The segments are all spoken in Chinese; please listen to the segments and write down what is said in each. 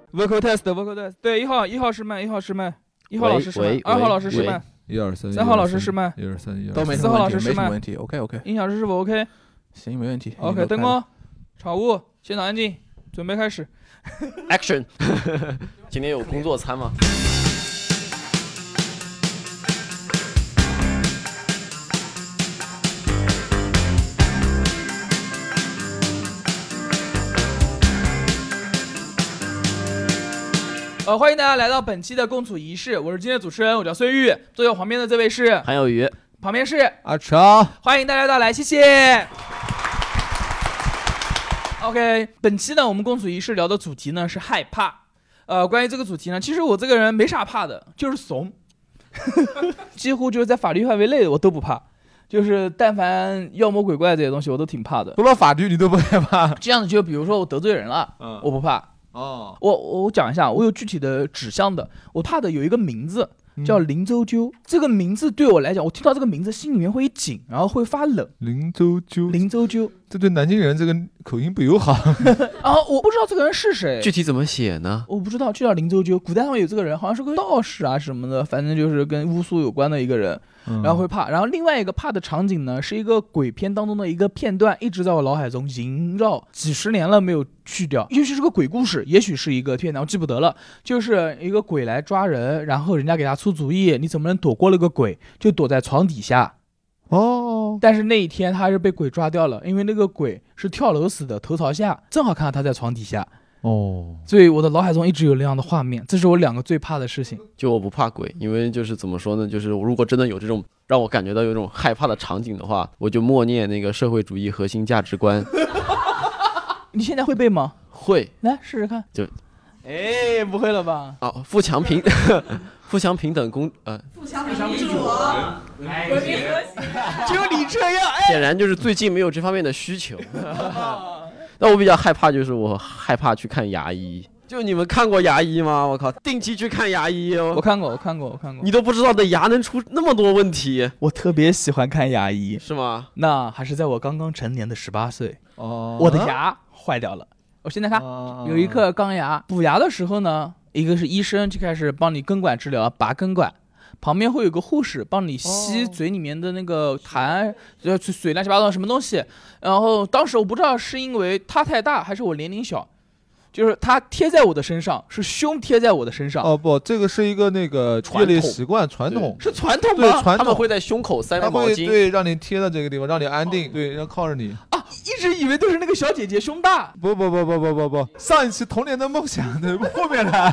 vocal test，对，一号是麦，1号是麦，1号老师是麦，2号老师是麦 ，1、2、3， 3号老师是麦 ，1、2、3， 都没 4号老师是麦， 没什么问题。OK， 音响师是否 OK？ 行，没问题。 OK， 灯光、场务、现场安静，准备开始。 Action！ 今天有工作餐吗？ 欢迎大家来到本期的共处仪式，我是今天的主持人，我叫孙玉，坐在我旁边的这位是韩有余， 旁边是阿超， 欢迎大家到来，谢谢。OK， 本期呢，我们共处仪式聊的主题呢是害怕。关于这个主题呢，其实我这个人没啥怕的，就是怂，几乎就是在法律范围内的我都不怕，就是但凡妖魔鬼怪这些东西我都挺怕的。 除了法律你都不害怕？ 这样子就比如说我得罪人了，我不怕。 哦， 我讲一下，我有具体的指向的。我怕的有一个名字叫林周究，这个名字对我来讲，我听到这个名字心里面会一紧，然后会发冷。 林周究，这对南京人这个口音不友好。 然后我不知道这个人是谁， 具体怎么写呢？ 我不知道，就叫林周究。古代上面有这个人，好像是个道士啊什么的，反正就是跟巫术有关的一个人。然后会怕，然后另外一个怕的场景呢，是一个鬼片当中的一个片段，一直在我脑海中萦绕几十年了没有去掉。也许是个鬼故事，也许是一个片段，我记不得了。就是一个鬼来抓人，然后人家给他出主意，你怎么能躲过了个鬼？就躲在床底下。 哦， 但是那一天他还是被鬼抓掉了，因为那个鬼是跳楼死的，头朝下，正好看到他在床底下。 哦， 所以我的脑海中一直有那样的画面，这是我2个最怕的事情。 就我不怕鬼，因为就是怎么说呢，就是如果真的有这种让我感觉到有这种害怕的场景的话，我就默念那个社会主义核心价值观。 你现在会背吗？ 会， 来试试看。不会了吧？ 富强平等富强民主，文明和谐， 只有你这样。 显然就是最近没有这方面的需求。但我比较害怕，就是我害怕去看牙医。就你们看过牙医吗？我靠，定期去看牙医哦。 我看过。 你都不知道的牙能出那么多问题。 我特别喜欢看牙医， 是吗？ 那还是在我刚刚成年的18岁。 哦， 我的牙坏掉了。我现在看有一颗钢牙，补牙的时候呢，一个是医生就开始帮你根管治疗，拔根管。旁边会有个护士帮你吸嘴里面的那个痰，水乱七八糟什么东西。然后当时我不知道是因为它太大还是我年龄小，就是它贴在我的身上，是胸贴在我的身上。 哦不，这个是一个那个业内习惯传统， 是传统吗？ 对，传统他们会在胸口塞个毛巾， 对，让你贴到这个地方，让你安定，对，要靠着你。 一直以为都是那个小姐姐胸大。 不，上一期童年的梦想的破灭了。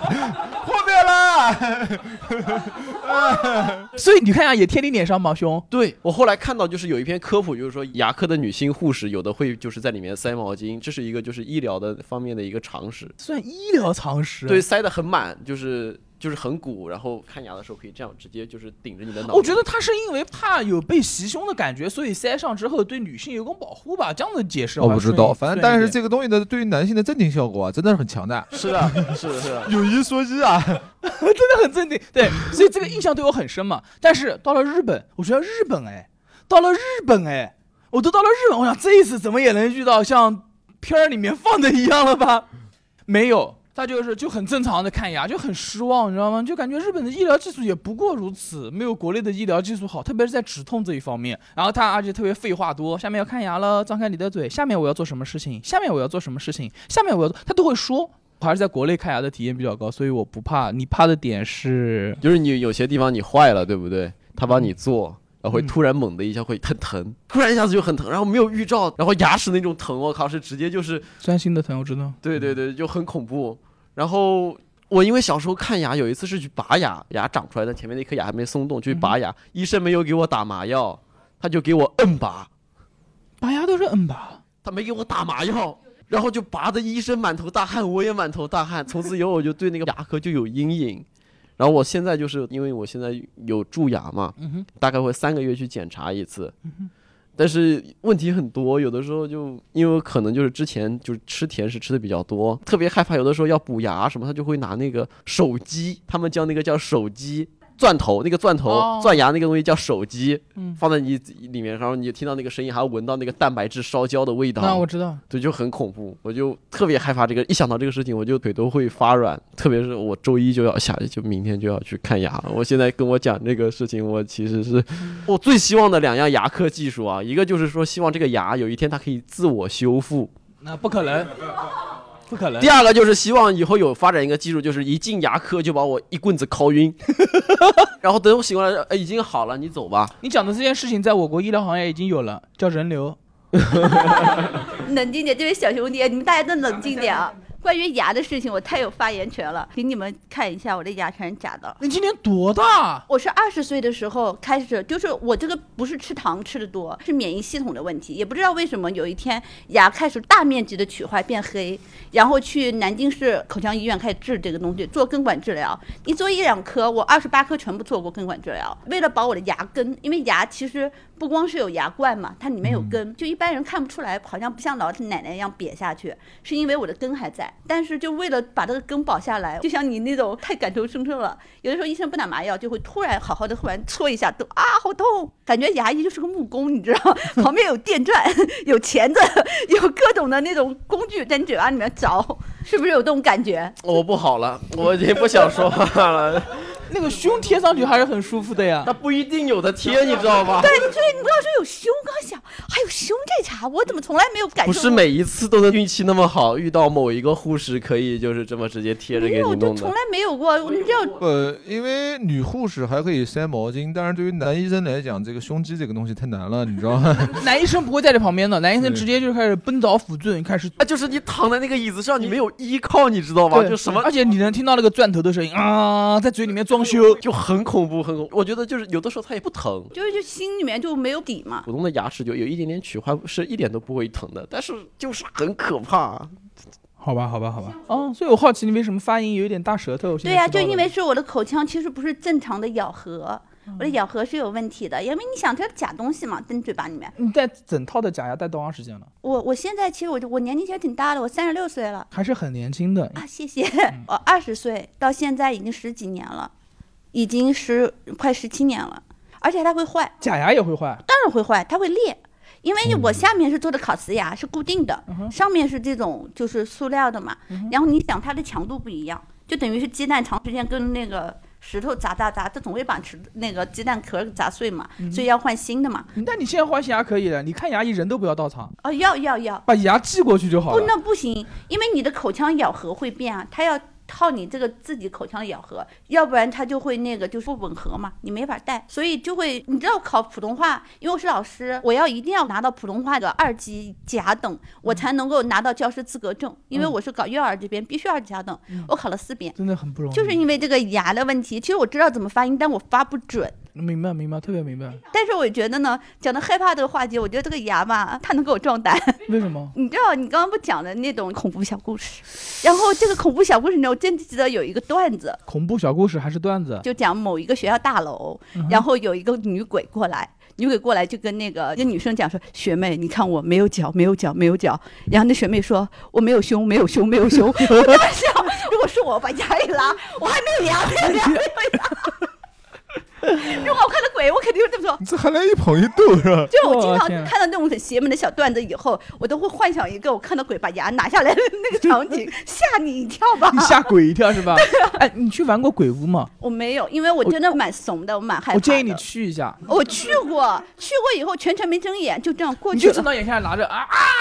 所以你看呀，也贴你脸上吗？胸？ 对，我后来看到就是有一篇科普，就是说牙科的女性护士有的会就是在里面塞毛巾，这是一个就是医疗的方面的一个常识， 算医疗常识。 对，塞得很满，就是很鼓，然后看牙的时候可以这样直接就是顶着你的脑。 我觉得他是因为怕有被袭胸的感觉，所以塞上之后对女性有种保护吧，这样的解释。 我不知道，反正但是这个东西的对于男性的镇定效果真的是很强大。 是的，是的， 有一说一啊， 真的很镇定。对，所以这个印象对我很深嘛。但是到了日本，我觉得我都到了日本，我想这一次怎么也能遇到像片儿里面放的一样了吧？没有。他就很正常的看牙，就很失望，你知道吗？就感觉日本的医疗技术也不过如此，没有国内的医疗技术好，特别是在止痛这一方面。然后他而且特别废话多，下面要看牙了，张开你的嘴，下面我要做什么事情，下面我要做什么事情，下面我要做，他都会说。还是在国内看牙的体验比较高，所以我不怕。你怕的点是， 就是你有些地方你坏了，对不对？他帮你做。然后会突然猛的一下会很疼，突然一下子就很疼，然后没有预兆，然后牙齿那种疼，我靠，是直接就是钻心的疼，我知道。 对，就很恐怖。然后我因为小时候看牙，有一次是去拔牙，牙长出来的前面那颗牙还没松动，去拔牙，医生没有给我打麻药，他就给我摁拔。 拔牙都是摁拔， 他没给我打麻药，然后就拔的医生满头大汗，我也满头大汗。从此以后我就对那个牙科就有阴影。然后我现在就是因为我现在有蛀牙嘛，大概会3个月去检查一次，但是问题很多，有的时候就因为可能就是之前就是吃甜食吃的比较多，特别害怕有的时候要补牙什么，他就会拿那个手机，他们叫那个叫手机， 钻头，那个钻头、钻牙那个东西叫手机，放在你里面，然后你听到那个声音，还要闻到那个蛋白质烧焦的味道。 那我知道， 对，就很恐怖，我就特别害怕这个。一想到这个事情，我就腿都会发软。特别是我周一就要下去，就明天就要去看牙了。我现在跟我讲这个事情，我其实是我最希望的2样牙科技术啊，一个就是说希望这个牙有一天它可以自我修复， 那不可能。不可能。 第二个就是希望以后有发展一个技术，就是一进牙科就把我一棍子敲晕，然后等我醒过来，已经好了，你走吧。 你讲的这件事情在我国医疗行业已经有了，叫人流。 冷静点，这位小兄弟，你们大家都冷静点啊！关于牙的事情，我太有发言权了，给你们看一下我的牙全是假的。 你今年多大？ 我是20岁的时候开始，就是我这个不是吃糖吃的多，是免疫系统的问题，也不知道为什么有一天牙开始大面积的龋坏变黑，然后去南京市口腔医院开始治这个东西，做根管治疗。一做1-2颗，我28颗全部做过根管治疗，为了保我的牙根，因为牙其实不光是有牙冠嘛，它里面有根，就一般人看不出来，好像不像老奶奶一样瘪下去，是因为我的根还在。但是就为了把这个根保下来，就像你那种太感同身受了，有的时候医生不打麻药，就会突然好好的突然戳一下，都好痛，感觉牙医就是个木工，你知道吗？旁边有电钻，有钳子，有各种的那种工具在你嘴巴里面凿，是不是有这种感觉？ 我不好了，我已经不想说话了。 那个胸贴上去还是很舒服的呀， 它不一定有的贴，你知道吗？ 对，所以你不要说有胸，刚想还有胸这茬，我怎么从来没有感受过？ 不是每一次都能运气那么好，遇到某一个护士可以就是这么直接贴着给你弄的。 没有，就从来没有过。你知道， 因为女护士还可以塞毛巾，但是对于男医生来讲，这个胸肌这个东西太难了，你知道吗？ 男医生不会在这旁边的，男医生直接就开始奔凿斧盾，开始就是你躺在那个椅子上，你没有依靠，你知道吗？就什么， 而且你能听到那个钻头的声音啊，在嘴里面装修， 就很恐怖，很恐怖。我觉得就是有的时候它也不疼， 就是心里面就没有底嘛。 普通的牙齿就有一点点龋坏，是一点都不会疼的，但是就是很可怕。 好吧。哦，所以我好奇你为什么发音有一点大舌头。 对呀，就因为是我的口腔其实不是正常的咬合。我的咬合是有问题的，因为你想这假东西嘛，在你嘴巴里面。 你戴整套的假牙戴多长时间了？ 我现在其实我年纪其实挺大的，我36岁了， 还是很年轻的啊。谢谢。我20岁到现在已经10几年了，已经快17年了，而且它会坏。 假牙也会坏？ 当然会坏，它会裂。因为我下面是做的烤瓷牙，是固定的，上面是这种就是塑料的嘛。然后你想它的强度不一样，就等于是鸡蛋长时间跟那个石头砸，它总会把那个鸡蛋壳砸碎嘛，所以要换新的嘛。 那你现在换新牙可以了，你看牙医人都不要到场。 哦，要， 把牙寄过去就好了。 不，那不行，因为你的口腔咬合会变啊，它要套你这个自己口腔的咬合，要不然它就会那个就是不吻合嘛，你没法戴，所以就会你知道考普通话，因为我是老师，我一定要拿到普通话的2级甲等，我才能够拿到教师资格证，因为我是搞幼儿这边必须2级甲等，我考了4遍， 真的很不容易， 就是因为这个牙的问题。其实我知道怎么发音，但我发不准。 明白，特别明白。 但是我觉得呢，讲的害怕这个话题，我觉得这个牙吧，它能给我壮胆。 为什么？ 你知道，你刚刚不讲的那种恐怖小故事，然后这个恐怖小故事呢，我真记得有一个段子。 恐怖小故事还是段子？ 就讲某一个学校大楼，然后有一个女鬼过来。女鬼过来就跟那个女生讲说：“学妹，你看我没有脚。”然后那学妹说：“我没有胸。”我当时想，如果是我把牙一拉，我还没有牙。如果我看到鬼，我肯定会这么说。 你这还来一捧一逗是吧？ 就我经常看到那种很邪门的小段子以后，我都会幻想一个我看到鬼把牙拿下来的那个场景，吓你一跳吧。 你吓鬼一跳是吧？哎，你去玩过鬼屋吗？ 我没有，因为我真的蛮怂的，我蛮害怕的。 我建议你去一下。 我去过以后全程没睁眼，就这样过去了。 你就睁到眼看拿着哎，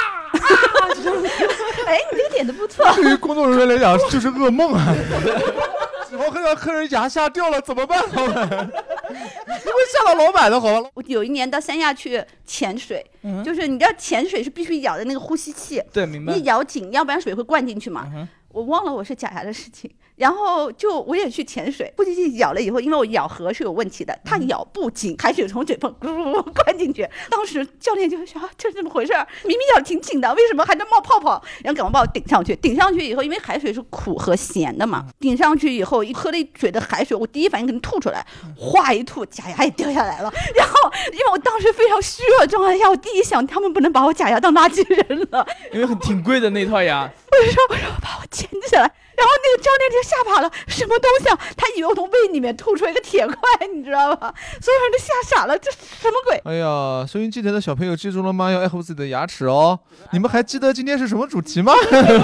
你这个点子不错。 对于工作人员来讲就是噩梦啊。然后让客人牙吓掉了怎么办？老板，你会吓到老板的好吧？ 我有一年到三亚去潜水，就是你知道潜水是必须咬的那个呼吸器， 对，明白。 你咬紧，要不然水会灌进去嘛。我忘了我是假牙的事情，然后我也去潜水，呼吸器咬了以后，因为我咬合是有问题的，它咬不紧，海水从嘴巴灌进去。当时教练就说这是怎么回事？明明咬挺紧的，为什么还能冒泡泡？然后赶快把我顶上去。顶上去以后，因为海水是苦和咸的嘛，顶上去以后一喝了一嘴的海水，我第一反应肯定吐出来，哗一吐，假牙也掉下来了。然后因为我当时非常虚弱的状态下，我第一想他们不能把我假牙当垃圾扔了， 因为挺贵的那套牙。 我说把我捡起来， 然后那个教练就吓跑了，什么东西啊？他以为我从胃里面吐出一个铁块，你知道吗？所有人都吓傻了，这什么鬼？ 哎呀，收音机前的小朋友记住了吗？要爱护自己的牙齿哦。你们还记得今天是什么主题吗？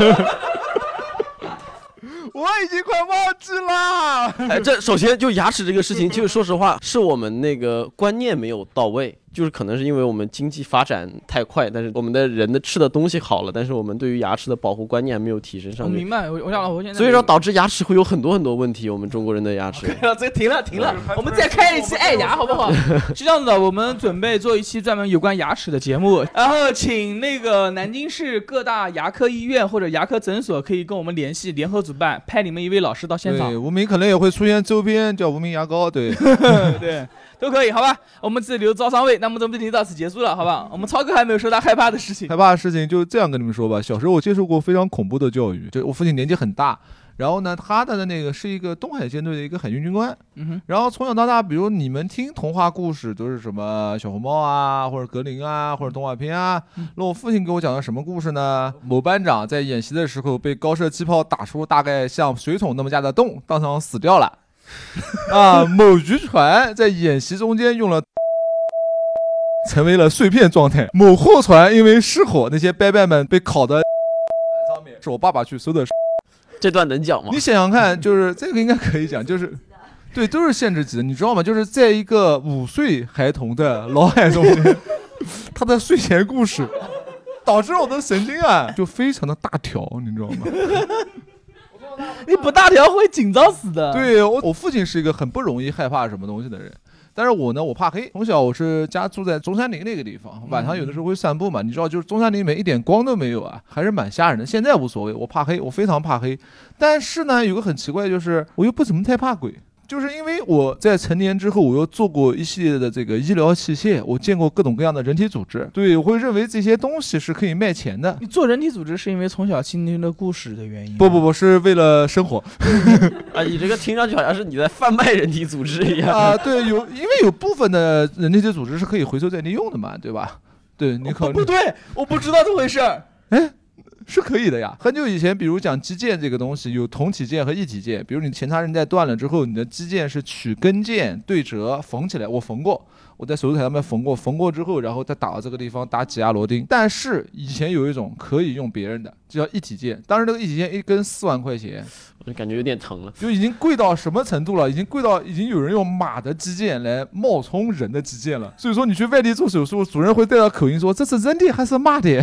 我已经快忘记了。 哎，这首先就牙齿这个事情，就是说实话，是我们那个观念没有到位，就是可能是因为我们经济发展太快，但是我们的人的吃的东西好了，但是我们对于牙齿的保护观念还没有提升上去。 我明白，我想了，我现在所以说导致牙齿会有很多很多问题。我们中国人的牙齿。 这个停了，我们再开一期爱牙好不好？是这样子的，我们准备做一期专门有关牙齿的节目，然后请那个南京市各大牙科医院或者牙科诊所可以跟我们联系，联合主办，派你们一位老师到现场。 对，无名可能也会出现周边叫无名牙膏，对对，都可以，好吧？我们只留招商位，那么这部分到此结束了，好吧？我们超哥还没有说他害怕的事情。 害怕的事情就这样跟你们说吧。小时候我接受过非常恐怖的教育，就我父亲年纪很大，然后呢，他的那个是一个东海舰队的一个海军军官，然后从小到大，比如你们听童话故事都是什么小红帽啊，或者格林啊，或者动画片啊，那我父亲给我讲的什么故事呢？某班长在演习的时候被高射气炮打出大概像水桶那么大的洞，当场死掉了。啊，某渔船在演习中间用了。成为了碎片状态。某货船因为失火，那些伯伯们被烤的上面是我爸爸去搜的。 这段能讲吗？ 你想想看，就是这个应该可以讲，就是对，都是限制级的，你知道吗？就是在一个5岁孩童的脑海中间，他的睡前故事导致我的神经啊就非常的大条，你知道吗？ 你不大条会紧张死的。 对，我父亲是一个很不容易害怕什么东西的人。但是我呢，我怕黑。从小我是家住在中山陵那个地方，晚上有的时候会散步嘛。你知道，就是中山陵里面一点光都没有啊，还是蛮吓人的。现在无所谓，我怕黑，我非常怕黑。但是呢，有个很奇怪，就是我又不怎么太怕鬼。就是因为我在成年之后，我又做过一系列的这个医疗器械，我见过各种各样的人体组织，对，我会认为这些东西是可以卖钱的。 你做人体组织是因为从小听听的故事的原因？ 不，是为了生活。 啊，你这个听上去好像是你在贩卖人体组织一样啊。对，因为有部分的人体组织是可以回收再利用的嘛，对吧？对，你考虑。 不对，我不知道这回事儿。 哎。是可以的呀。很久以前，比如讲肌腱这个东西，有同体腱和异体腱。比如你前叉韧带断了之后，你的肌腱是取跟腱对折缝起来。我缝过，我在手术台上面缝过之后，然后再打到这个地方打挤压螺钉。但是以前有一种可以用别人的，就叫异体腱。当时这个异体腱一根4万块钱， 我就感觉有点疼了， 就已经贵到什么程度了？已经有人用马的肌腱来冒充人的肌腱了。所以说你去外地做手术，主任会带到口音说这是人的还是马的？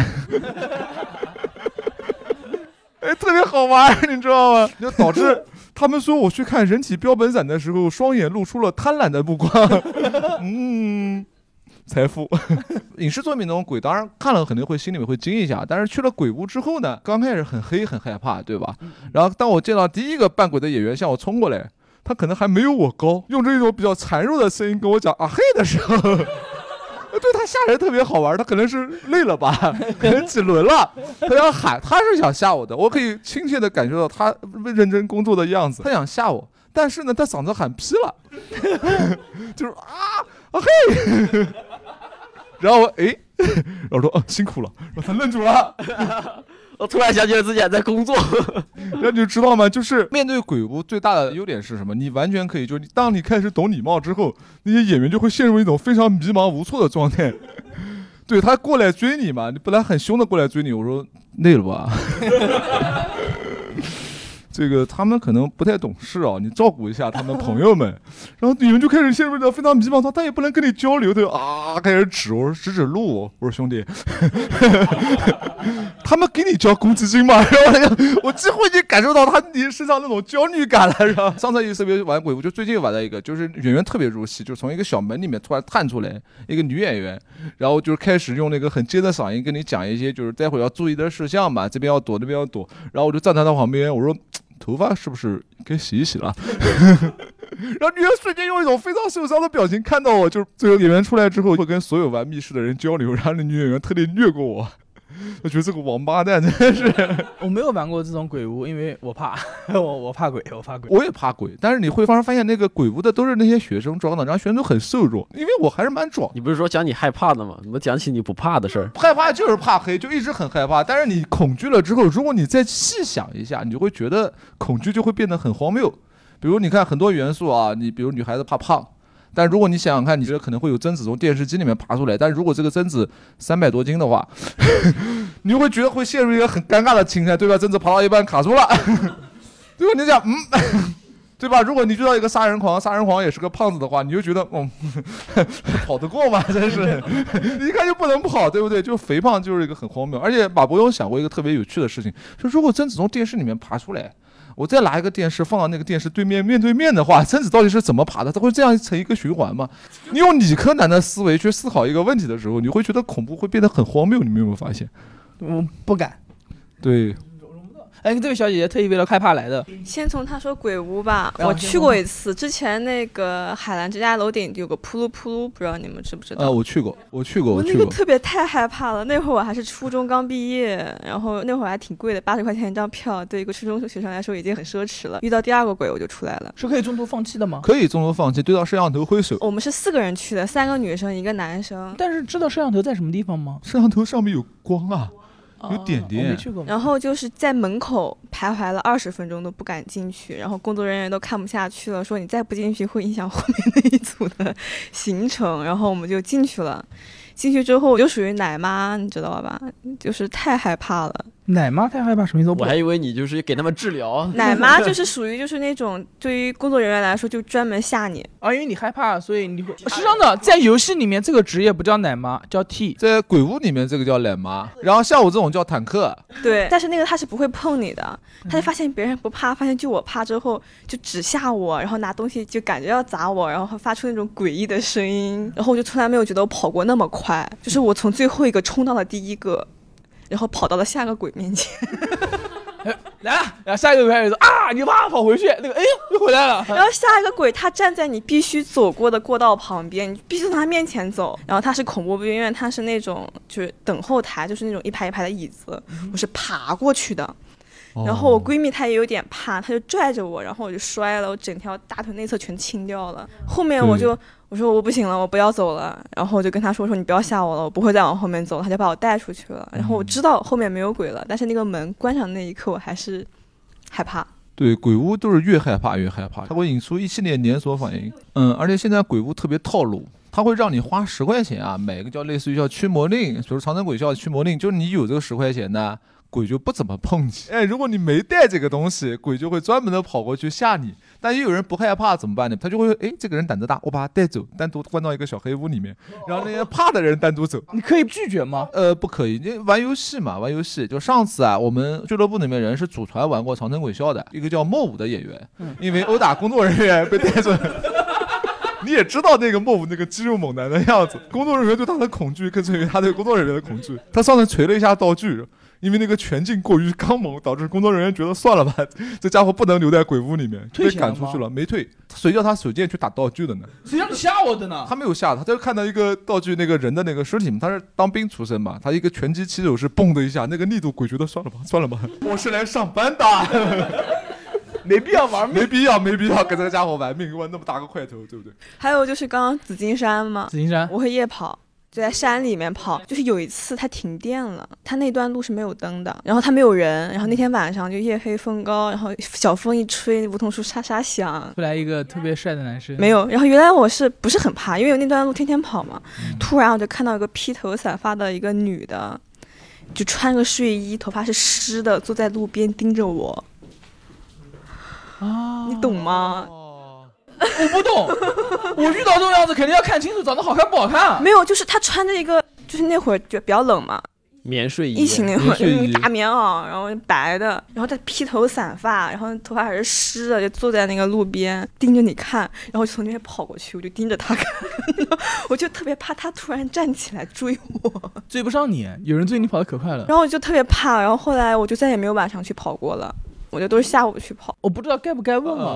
哎，特别好玩，你知道吗？就导致他们说我去看人体标本展的时候，双眼露出了贪婪的目光。财富。影视作品那种鬼，当然看了肯定会心里面会惊一下，但是去了鬼屋之后呢，刚开始很黑很害怕，对吧？然后当我见到第一个扮鬼的演员向我冲过来，他可能还没有我高，用着一种比较孱弱的声音跟我讲啊嘿的时候。对，他吓人特别好玩，他可能是累了吧，可能几轮了，他要喊，他是想吓我的，我可以亲切的感受到他认真工作的样子，他想吓我，但是呢，他嗓子喊劈了，就是啊嘿，然后我然后说辛苦了，然后他愣住了。 我突然想起了自己还在工作， 那你就知道吗？就是面对鬼屋最大的优点是什么？你完全可以，就是当你开始懂礼貌之后，那些演员就会陷入一种非常迷茫无措的状态。对，他过来追你嘛，你本来很凶的过来追你，我说累了吧？这个他们可能不太懂事啊，你照顾一下他们朋友们。然后你们就开始陷入一种非常迷茫，他也不能跟你交流，他就开始指，我说指路，我说兄弟，他们给你交公积金吗？然后我几乎已经感受到你身上那种焦虑感了，是吧？上次一次特别玩鬼屋，就最近玩的一个，就是演员特别入戏，就从一个小门里面突然探出来一个女演员，然后就开始用那个很尖的嗓音跟你讲一些就是待会要注意的事项嘛，这边要躲那边要躲，然后我就站在他旁边，我说头发是不是该洗一洗了？然后女人瞬间用一种非常受伤的表情看到我，就是最后演员出来之后会跟所有玩密室的人交流，然后那女演员特地掠过我， 我觉得这个王八蛋真的是。 我没有玩过这种鬼屋，因为我怕，我怕鬼，我怕鬼。 我也怕鬼，但是你会发现那个鬼屋的都是那些学生装的，然后学生都很瘦弱，因为我还是蛮壮。 你不是说讲你害怕的吗？怎么讲起你不怕的事儿？ 害怕就是怕黑，就一直很害怕。但是你恐惧了之后，如果你再细想一下，你就会觉得恐惧就会变得很荒谬。比如你看很多元素啊，你比如女孩子怕胖。但如果你想想看，你觉得可能会有贞子从电视机里面爬出来，但如果这个贞子300多斤的话，你会觉得会陷入一个很尴尬的情况，对吧？贞子爬到一半卡住了，对吧？你讲对吧？如果你遇到一个杀人狂也是个胖子的话，你就觉得跑得过吗？真是，一看就不能跑，对不对？就肥胖就是一个很荒谬。而且马伯庸想过一个特别有趣的事情，就如果贞子从电视里面爬出来，我再拿一个电视放到那个电视对面面对面的话，贞子到底是怎么爬的？它会这样成一个循环吗？你用理科男的思维去思考一个问题的时候，你会觉得恐怖会变得很荒谬。你们有没有发现？ 我不敢。 对。 哎，这位小姐姐特意为了害怕来的。 先从她说鬼屋吧，我去过一次，之前那个海澜之家楼顶有个扑噜扑噜，不知道你们知不知道？ 我去过。 我那个特别太害怕了，那会儿我还是初中刚毕业，然后那会儿还挺贵的，80块钱一张票，对一个初中学生来说已经很奢侈了。遇到第二个鬼我就出来了。 是可以中途放弃的吗？ 可以中途放弃，对到摄像头挥手。 我们是4个人去的，3个女生1个男生。 但是知道摄像头在什么地方吗？ 摄像头上面有光啊。有点点， 我没去过。 然后就是在门口徘徊了20分钟都不敢进去，然后工作人员都看不下去了，说你再不进去会影响后面那一组的行程，然后我们就进去了。进去之后我就属于奶妈，你知道吧？就是太害怕了。 奶妈太害怕什么意思？ 我还以为你就是给他们治疗。 奶妈就是属于就是那种对于工作人员来说就专门吓你啊，因为你害怕，所以你会。实际上呢，在游戏里面这个职业不叫奶妈，叫 T。 在鬼屋里面这个叫奶妈，然后像我这种叫坦克。 对，但是那个他是不会碰你的，他就发现别人不怕，发现就我怕之后就只吓我，然后拿东西就感觉要砸我，然后发出那种诡异的声音，然后我就从来没有觉得我跑过那么快，就是我从最后一个冲到了第一个。然后跑到了下个鬼面前来了，然后下一个鬼开始说啊，你啪跑回去，那个哎又回来了。 然后下一个鬼他站在你必须走过的过道旁边，你必须从他面前走。然后他是恐怖片院，他是那种就是等候台，就是那种一排一排的椅子，我是爬过去的。然后我闺蜜她也有点怕，她就拽着我，然后我就摔了，我整条大腿内侧全青掉了。后面我说我不行了，我不要走了，然后我就跟她说你不要吓我了，我不会再往后面走。她就把我带出去了。然后我知道后面没有鬼了，但是那个门关上那一刻我还是害怕。 对，鬼屋都是越害怕越害怕，它会引出一系列连锁反应。而且现在鬼屋特别套路，它会让你花10块钱啊，买一个叫类似于叫驱魔令，比如长城鬼校驱魔令，就是你有这个10块钱呢，鬼就不怎么碰你。哎，如果你没带这个东西，鬼就会专门的跑过去吓你。但也有人不害怕怎么办呢？他就会这个人胆子大，我把他带走，单独关到一个小黑屋里面，然后那些怕的人单独走。 你可以拒绝吗？ 不可以，你玩游戏嘛，玩游戏。就上次啊，我们俱乐部里面人是组团玩过长城鬼校的，一个叫莫武的演员，因为殴打工作人员被带走。你也知道那个莫武那个肌肉猛男的样子，工作人员对他的恐惧更胜于他对工作人员的恐惧。他上次捶了一下道具，因为那个拳劲过于刚猛，导致工作人员觉得算了吧，这家伙不能留在鬼屋里面，被赶出去了。没退，谁叫他手贱去打道具的呢？ 谁让你吓我的呢？ 他没有吓他，就看到一个道具那个人的那个尸体嘛，他是当兵出身嘛，他一个拳击起手是嘣的一下，那个力度鬼觉得算了吧，我是来上班的。 没必要玩命， 没必要跟这个家伙玩命，玩那么大个块头，对不对？ 还有就是刚刚紫金山嘛， 紫金山， 我会夜跑，就在山里面跑。就是有一次它停电了，它那段路是没有灯的，然后它没有人，然后那天晚上就夜黑风高，然后小风一吹，梧桐树沙沙响。 出来一个特别帅的男生， 没有。然后原来我是不是很怕，因为那段路天天跑嘛。突然我就看到一个披头散发的一个女的，就穿个睡衣，头发是湿的，坐在路边盯着我。你懂吗？ 我不懂，我遇到这种样子肯定要看清楚长得好看不好看。 没有，就是他穿着一个，就是那会儿就比较冷嘛， 棉睡衣， 疫情那会儿大棉袄，然后白的，然后他披头散发，然后头发还是湿的，就坐在那个路边盯着你看，然后就从那边跑过去，我就盯着他看，我就特别怕他突然站起来追我， 追不上你，有人追你跑得可快了， 然后我就特别怕，然后后来我就再也没有晚上去跑过了。我觉得都是下午去跑。 我不知道该不该问啊，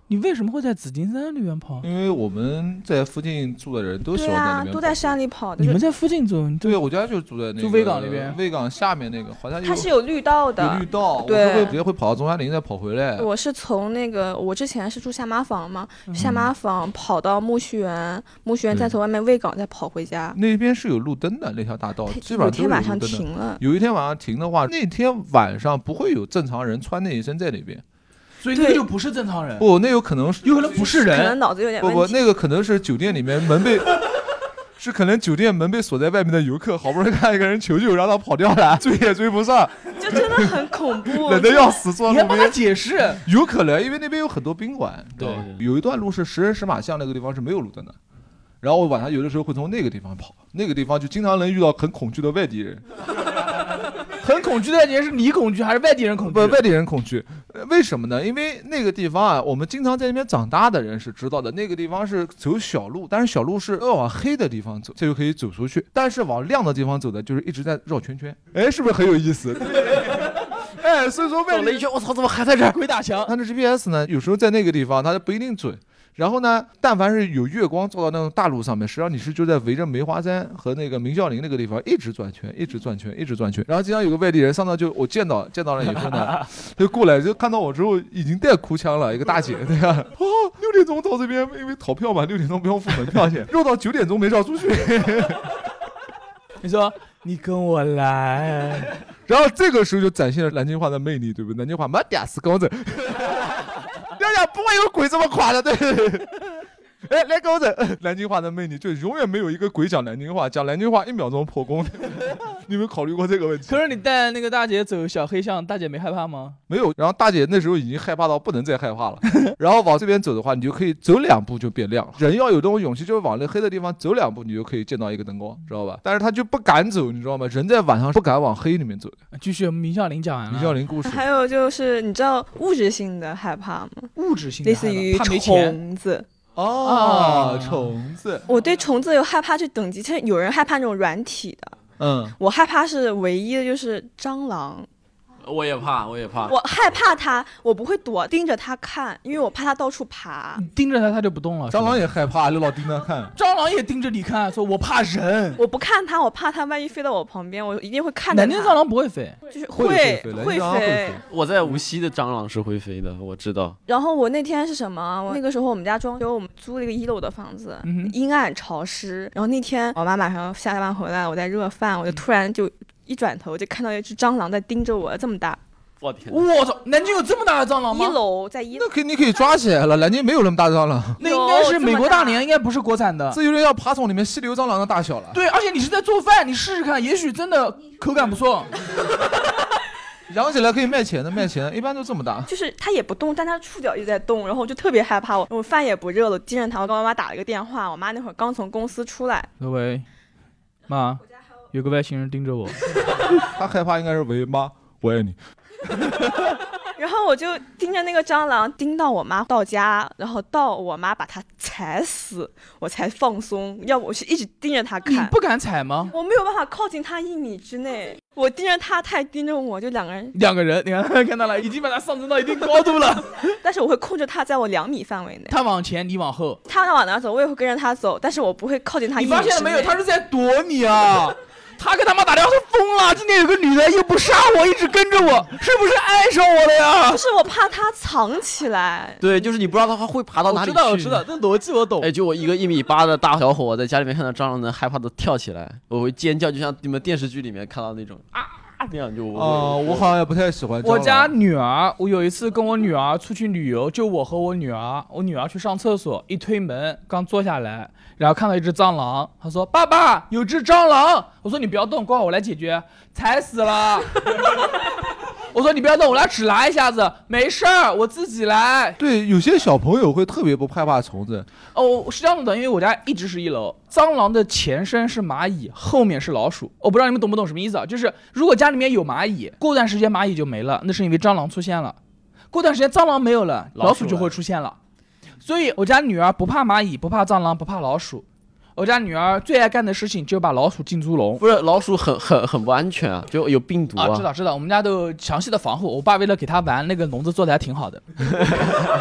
你为什么会在紫金山里面跑？ 因为我们在附近住的人都喜对啊， 欢在那边跑。 都在山里跑。 你们在附近住？ 对，我家就住在那个住威港那边威港下面那个，好像它是有绿道的。 有绿道， 对我是会直接会跑到中山陵再跑回来。 我是从那个我之前是住下马坊嘛，下马坊跑到木樨园，木樨园再从外面威港再跑回家。 那边是有路灯的，那条大道基本上有都有天晚上路灯的。 停了。 有一天晚上停的话，那天晚上不会有正常人穿内衣衫在那边。 所以那个就不是正常人， 不，那有可能是有可能不是可能人， 脑子有点不问题。 那个可能是酒店里面门被是可能酒店门被锁在外面的游客，好不容易看一个人求救，让他跑掉了，追也追不上， 就真的很恐怖。 冷得要死，坐你还帮他在路边。 解释。 有可能，因为那边有很多宾馆， 对有一段路是石人石马巷那个地方是没有路灯的。然后我晚上有的时候会从那个地方跑，那个地方就经常能遇到很恐惧的外地人。 很恐惧的人是你恐惧还是外地人恐惧？ 不，外地人恐惧，为什么呢？因为那个地方啊，我们经常在那边长大的人是知道的，那个地方是走小路，但是小路是要往黑的地方走，这就可以走出去；但是往亮的地方走的，就是一直在绕圈圈。哎，是不是很有意思？哎，所以说走了一圈，我操，怎么还在这儿？ 鬼打墙。 它的 GPS 呢，有时候在那个地方它不一定准。然后呢，但凡是有月光照到那种大路上面，实际上你是就在围着梅花山和那个明孝陵那个地方一直转圈，一直转圈，一直转圈。然后经常有个外地人上到就我见到了以后呢，他就过来就看到我之后已经带哭腔了，一个大姐对吧？啊，6点钟到这边，因为逃票嘛，6点钟不用付门票钱，绕到9点钟没绕出去。 你说你跟我来， 然后这个时候就展现了南京话的魅力，对不对？南京话没嗲死高子。要想不会有鬼这么垮的，对。哎，来高子，南京话的魅力就永远没有一个鬼讲南京话，讲南京话1秒钟破功。你有没有考虑过这个问题？ 可是你带那个大姐走小黑巷，大姐没害怕吗？ 没有。然后大姐那时候已经害怕到不能再害怕了。然后往这边走的话，你就可以走2步就变亮了。人要有这种勇气，就是往那黑的地方走2步，你就可以见到一个灯光，知道吧？但是他就不敢走，你知道吗？人在晚上不敢往黑里面走的。 继续，明孝陵讲完了。 明孝陵故事。 还有就是你知道物质性的害怕吗？ 物质性的类似于怕没钱。 虫子。 哦，虫子。 我对虫子有害怕就等级，其实有人害怕那种软体的，我害怕是唯一的就是蟑螂。 我也怕。 我害怕它，我不会躲盯着它看，因为我怕它到处爬。 盯着它，它就不动了。 蟑螂也害怕，就老盯着看。 蟑螂也盯着你看，说我怕人。 我不看它，我怕它万一飞到我旁边，我一定会看着它。 南京蟑螂不会飞， 就是会飞。 我在无锡的蟑螂是会飞的，我知道。 然后我那天是什么？那个时候我们家装修，我们租了一个1楼的房子，阴暗潮湿。然后那天我妈马上下班回来，我在热饭，我就突然就一转头就看到一只蟑螂在盯着我，这么大。 我天！ 我操，南京有这么大的蟑螂吗 ？1楼在1楼。 那你可以抓起来了，南京没有那么大的蟑螂。 那应该是美国大蠊，应该不是国产的。 这有点像爬虫里面溪流蟑螂的大小了。 对，而且你是在做饭，你试试看，也许真的口感不错。 养起来可以卖钱的，一般都这么大。 就是它也不动，但它触角一直在动，然后我就特别害怕。我饭也不热了，盯着它。我跟我妈打了一个电话，我妈那会儿刚从公司出来。 喂，妈，有个外星人盯着我。 他害怕应该是喂妈，我爱你。 然后我就盯着那个蟑螂，盯到我妈到家，然后到我妈把它踩死，我才放松。要不我是一直盯着它看。 你不敢踩吗？ 我没有办法靠近它1米之内，我盯着它，太盯着我，就两个人， 你看到了，已经把它上升到一定高度了。 但是我会控制它在我2米范围内。 它往前，你往后。 它往哪走，我也会跟着它走，但是我不会靠近它1米之内。 你发现了没有？它是在躲你啊！他跟他妈打电话说疯了，今天有个女的又不杀我，一直跟着我，是不是爱上我了呀？ 不是，我怕她藏起来。 对，就是你不知道她会爬到哪里去。 我知道，这逻辑我懂。 哎，就我一个1米8的大小伙，在家里面看到蟑螂能害怕的跳起来，我会尖叫，就像你们电视剧里面看到那种那样就。 我好像也不太喜欢蟑螂。 我家女儿，我有一次跟我女儿出去旅游，就我和我女儿去上厕所，一推门刚坐下来。然后看到一只蟑螂，他说：“爸爸，有只蟑螂。”我说：“你不要动，过会儿我来解决。”踩死了。我说：“你不要动，我来只拿一下子，没事儿，我自己来。” 对，有些小朋友会特别不害怕虫子。 哦，是这样的，因为我家一直是1楼，蟑螂的前身是蚂蚁，后面是老鼠。我不知道你们懂不懂什么意思啊？就是如果家里面有蚂蚁，过段时间蚂蚁就没了，那是因为蟑螂出现了；过段时间蟑螂没有了，老鼠就会出现了。所以我家女儿不怕蚂蚁，不怕蟑螂，不怕老鼠。我家女儿最爱干的事情就把老鼠进猪笼。 不是，老鼠很不安全啊，就有病毒啊。 知道，我们家都有详细的防护。我爸为了给她玩，那个笼子做的还挺好的。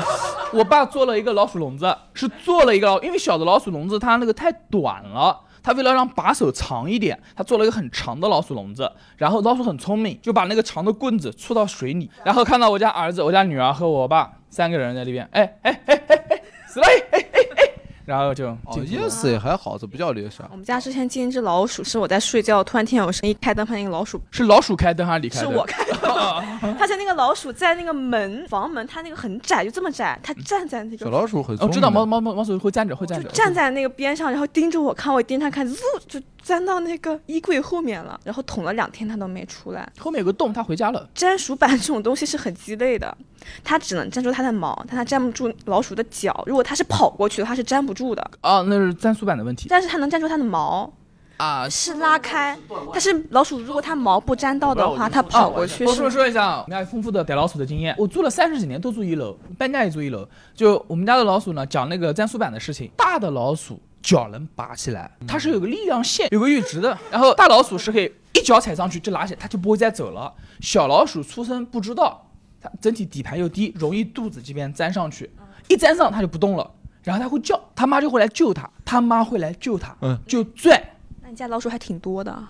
我爸做了一个老鼠笼子，是做了一个，因为小的老鼠笼子它那个太短了。他为了让把手长一点，他做了一个很长的老鼠笼子，然后老鼠很聪明，就把那个长的棍子戳到水里，然后看到我家儿子、我家女儿和我爸3个人在那边，死了，然后就淹死也还好，这不叫猎杀。 我们家之前进一只老鼠，是我在睡觉，突然听有声音，开灯发现那个老鼠是老鼠开灯还是你开灯？ 是我开灯，发现那个老鼠在那个房门，它那个很窄，就这么窄，它站在那个小老鼠很聪明， 知道猫鼠会站着， 就站在那个边上，然后盯着我看，我盯着它看，就钻到那个衣柜后面了，然后捅了2天它都没出来。 后面有个洞，它回家了。 粘鼠板这种东西是很鸡肋的，它只能粘住它的毛，但它粘不住老鼠的脚。如果它是跑过去的话，是粘不住的。 那是粘鼠板的问题。 但是它能粘住它的毛。是拉开，但是老鼠如果它毛不粘到的话，它跑过去。 我说一下，我们家有丰富的逮老鼠的经验。我住了30几年，都住1楼，搬家也住1楼。就我们家的老鼠呢，讲那个粘鼠板的事情，大的老鼠脚能拔起来，它是有个力量线，有个阈值的。然后大老鼠是可以一脚踩上去就拉起来，它就不会再走了。小老鼠出生不知道，它整体底盘又低，容易肚子这边粘上去，一粘上它就不动了，然后它会叫，他妈就会来救它，他妈会来救它，就拽。 那你家老鼠还挺多的。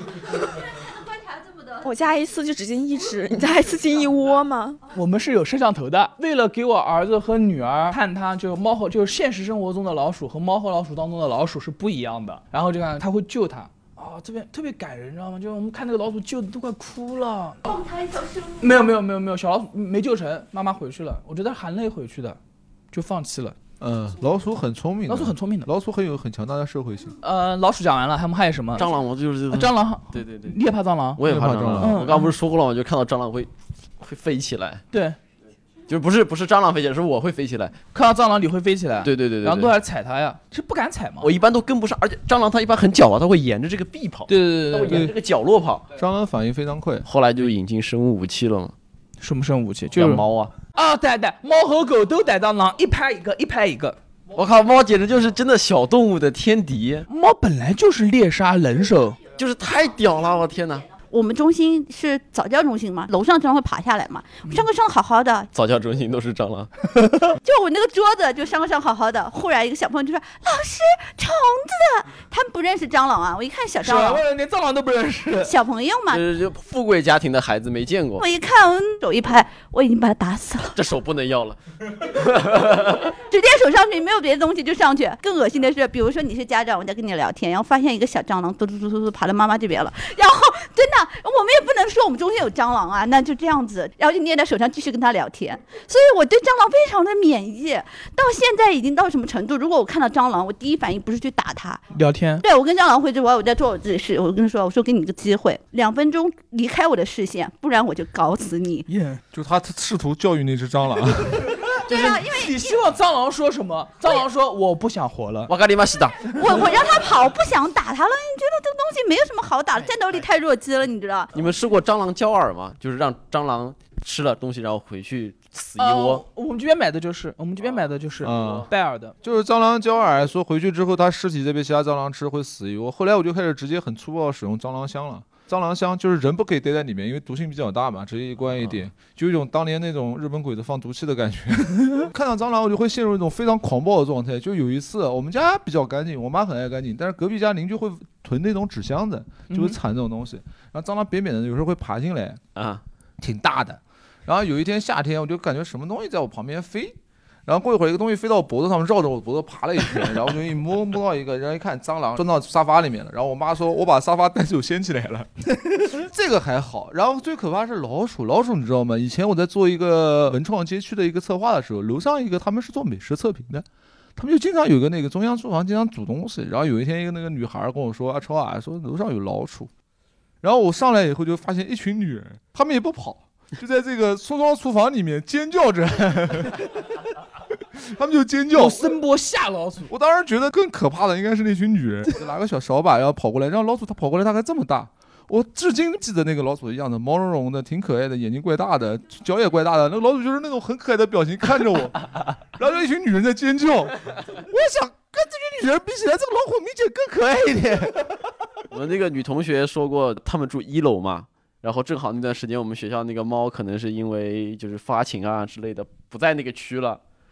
我家一次就只进1只，你家一次进1窝吗？ 我们是有摄像头的，为了给我儿子和女儿看它，就是现实生活中的老鼠和猫和老鼠当中的老鼠是不一样的，然后就看他会救它。这边特别感人，你知道吗？就我们看那个老鼠救的都快哭了。 放它一条生命。没有，小老鼠没救成，妈妈回去了，我觉得含泪回去的，就放弃了。 老鼠很聪明的，老鼠有很强大的社会性。 老鼠讲完了，他们还有什么？ 蟑螂，我就是蟑螂。 对， 你也怕蟑螂？ 我也怕蟑螂。我刚刚不是说过了吗？就看到蟑螂会飞起来。 对， 就不是蟑螂飞起来，是我会飞起来。 看到蟑螂你会飞起来？ 对， 然后都来踩它呀？是不敢踩吗？ 我一般都跟不上，而且蟑螂它一般很狡猾，它会沿着这个壁跑。 对， 它会沿着这个角落跑。 蟑螂反应非常快。 后来就引进生物武器了嘛。 什么生物武器？就是猫啊。 对，猫和狗都逮蟑螂，一拍一个。 我靠，猫简直就是真的小动物的天敌。 猫本来就是猎杀能手， 就是太屌了，我天哪！ 我们中心是早教中心嘛，楼上蟑螂会爬下来嘛，上课上好好的， 早教中心都是蟑螂， 就我那个桌子就上课上好好的，忽然一个小朋友就说：“老师，虫子的！”他们不认识蟑螂啊，我一看小蟑螂， 连蟑螂都不认识， 小朋友嘛， 就富贵家庭的孩子没见过。 我一看，手一拍，我已经把他打死了， 这手不能要了， 直接手上去，没有别的东西就上去。更恶心的是，比如说你是家长，我在跟你聊天，然后发现一个小蟑螂嘟爬到妈妈这边了，然后真的。我们也不能说我们中间有蟑螂啊，那就这样子，然后就捏在手上继续跟他聊天。所以我对蟑螂非常的免疫，到现在已经到什么程度？如果我看到蟑螂，我第一反应不是去打它， 聊天。对， 我跟蟑螂会我在做我自己事，我跟他说，我说给你个机会，2分钟离开我的视线，不然我就搞死你。 就他试图教育那只蟑螂。 对啊，因为你希望蟑螂说什么？蟑螂说我不想活了。 我跟你妈是的。 我让他跑，不想打他了。你觉得这个东西没有什么好打的，战斗力太弱鸡了，你知道？ 你们试过蟑螂胶饵吗？就是让蟑螂吃了东西，然后回去死一窝。 我们这边买的就是拜耳的， 就是蟑螂胶饵，说回去之后它尸体再被其他蟑螂吃会死一窝。后来我就开始直接很粗暴使用蟑螂香了。蟑螂香就是人不可以待在里面，因为毒性比较大嘛，直接一关一点，就有一种当年那种日本鬼子放毒气的感觉。看到蟑螂我就会陷入一种非常狂暴的状态。就有一次我们家比较干净，我妈很爱干净，但是隔壁家邻居会囤那种纸箱子，就会产这种东西，然后蟑螂扁扁的有时候会爬进来啊，挺大的。然后有一天夏天，我就感觉什么东西在我旁边飞。然后过一会儿，一个东西飞到我脖子上，绕着我脖子爬了一圈，然后我就一摸到一个，然后一看蟑螂钻到沙发里面了。然后我妈说我把沙发单手掀起来了，这个还好。然后最可怕是老鼠你知道吗？以前我在做一个文创街区的一个策划的时候，楼上一个他们是做美食测评的，他们就经常有个那个中央厨房经常煮东西。然后有一天一个那个女孩跟我说啊，超啊，说楼上有老鼠。然后我上来以后就发现一群女人，她们也不跑，就在这个中央厨房里面尖叫着。他们就尖叫， 声波吓老鼠。 我当时觉得更可怕的应该是那群女人，拿个小扫把然后跑过来，让老鼠它跑过来大概这么大。我至今记得那个老鼠的样子，毛茸茸的，挺可爱的，眼睛怪大的，脚也怪大的。那个老鼠就是那种很可爱的表情看着我，然后就一群女人在尖叫。我想跟这群女人比起来，这个老虎明显更可爱一点。 我们那个女同学说过，他们住1楼嘛。然后正好那段时间，我们学校那个猫可能是因为就是发情啊之类的，不在那个区了。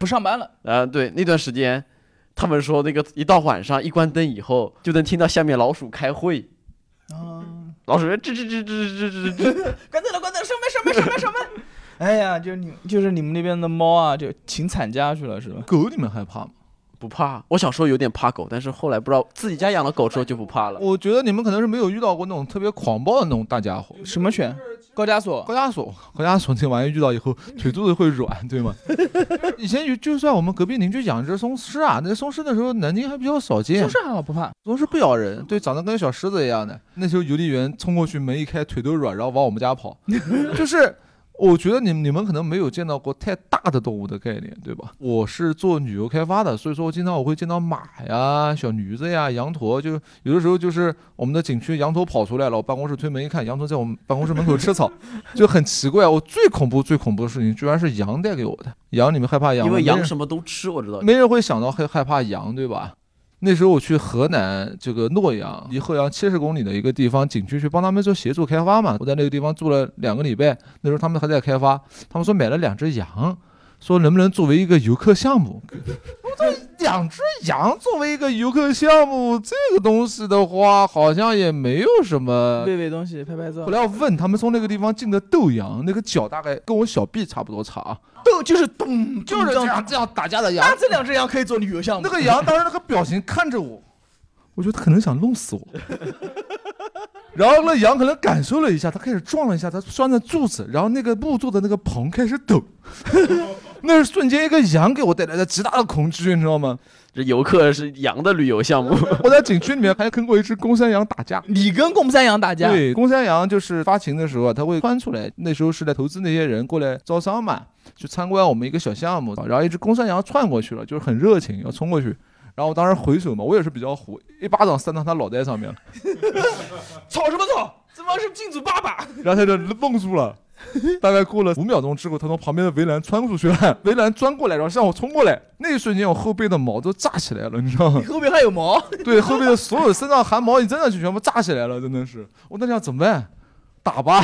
不上班了。 对，那段时间，他们说那个一到晚上一关灯以后，就能听到下面老鼠开会。老鼠吱吱吱吱吱吱吱， 关灯了，上班。哎呀，就是你们那边的猫啊，就请产假去了是吧？ 狗你们害怕吗？ 不怕，我小时候有点怕狗，但是后来不知道自己家养了狗之后就不怕了。 我觉得你们可能是没有遇到过那种特别狂暴的那种大家伙。 什么犬？高加索这玩意遇到以后腿肚子会软，对吗？ 以前就算我们隔壁邻居养只松狮啊，那松狮的时候南京还比较少见。 松狮还好不怕， 松狮不咬人，对，长得跟小狮子一样的。那时候邮递员冲过去，门一开，腿都软，然后往我们家跑，就是。我觉得你们可能没有见到过太大的动物的概念，对吧？我是做旅游开发的，所以说我会见到马呀、小驴子呀、羊驼，就有的时候就是我们的景区羊驼跑出来了，我办公室推门一看，羊驼在我们办公室门口吃草，就很奇怪。我最恐怖的事情居然是羊带给我的。羊，你们害怕羊吗？ 因为羊什么都吃，我知道。 没人会想到害怕羊，对吧？那时候我去河南这个洛阳，离鹤阳70公里的一个地方景区去帮他们做协助开发嘛。我在那个地方住了2个礼拜，那时候他们还在开发，他们说买了2只羊，说能不能作为一个游客项目。我说2只羊作为一个游客项目，这个东西的话好像也没有什么。 喂东西，拍照。 后来我问他们，从那个地方进的斗羊，那个脚大概跟我小臂差不多长。 斗就是咚， 就是这样打架的羊。 那这2只羊可以做旅游项目。 那个羊当时那个表情看着我，我觉得他可能想弄死我。然后那羊可能感受了一下，他开始撞了一下他拴的柱子，然后那个木做的那个棚开始抖。那是瞬间一个羊给我带来的极大的恐惧，你知道吗？ 这游客是羊的旅游项目。 我在景区里面还跟过一只公山羊打架。 你跟公山羊打架？ 对，公山羊就是发情的时候它会窜出来，那时候是来投资那些人过来招商嘛，去参观我们一个小项目，然后一只公山羊窜过去了，就是很热情要冲过去，然后我当时回手嘛，我也是比较虎，一巴掌扇到他脑袋上面了。 吵什么吵？这帮是金主爸爸。 然后他就愣住了。大概过了5秒钟之后，他从旁边的围栏穿出去了，围栏钻过来，然后向我冲过来。那一瞬间，我后背的毛都炸起来了，你知道吗？ 你后背还有毛？ 对，后背的所有身上汗毛一真的就全部炸起来了，真的是。我在想怎么办？打吧。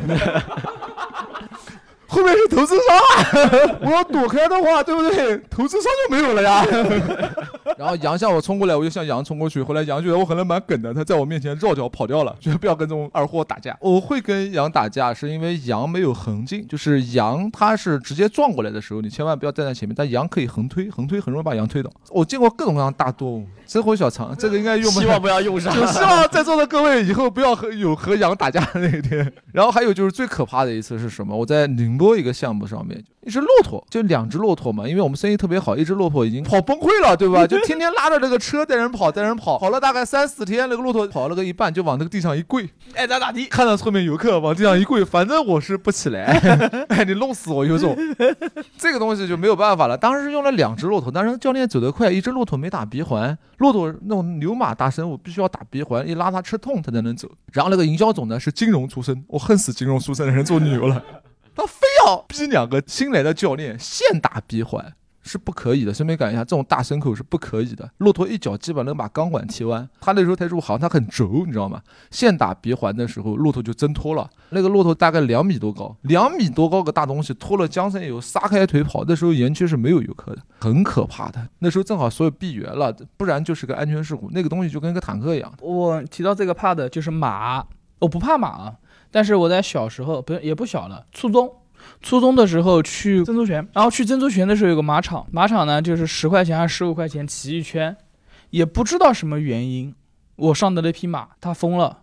后面是投资商啊，我要躲开的话，对不对？投资商就没有了呀。然后羊向我冲过来，我就向羊冲过去。后来羊觉得我可能蛮梗的，他在我面前绕脚跑掉了，觉得不要跟这种二货打架。我会跟羊打架，是因为羊没有横径，就是羊它是直接撞过来的时候，你千万不要站在前面，但羊可以横推，横推很容易把羊推倒。我见过各种各样的大动物，生活小常，这个应该用不上， 希望不要用上。 就希望在座的各位以后不要有和羊打架的那一天。然后还有就是最可怕的一次是什么？我在宁波一个项目上面，一只骆驼，就2只骆驼嘛，因为我们生意特别好，一只骆驼已经跑崩溃了，对吧？就天天拉着这个车带人跑，跑了大概3-4天，那个骆驼跑了个一半就往那个地上一跪， 爱咋咋地。 看到后面游客往地上一跪，反正我是不起来，哎，你弄死我有种。这个东西就没有办法了。当时用了2只骆驼，但是教练走得快，一只骆驼没打鼻环，骆驼那种牛马大生物必须要打鼻环，一拉它吃痛它才能走。然后那个营销总呢是金融出身，我恨死金融出身的人做旅游了。他非要逼2个新来的教练现打鼻环，是不可以的。顺便讲一下，这种大牲口是不可以的。骆驼一脚基本能把钢管踢弯，他那时候才入行，他很轴，你知道吗？现打鼻环的时候，骆驼就挣脱了。那个骆驼大概2米多高，2米多高个大东西拖了缰绳以后撒开腿跑。那时候园区是没有游客的，很可怕的。那时候正好所有闭园了，不然就是个安全事故。那个东西就跟一个坦克一样。 我提到这个怕的就是马，我不怕马，但是我在小时候也不小了，初中的时候去珍珠泉，然后去珍珠泉的时候有个马场呢就是10块钱还是15块钱骑一圈，也不知道什么原因，我上的那匹马它疯了。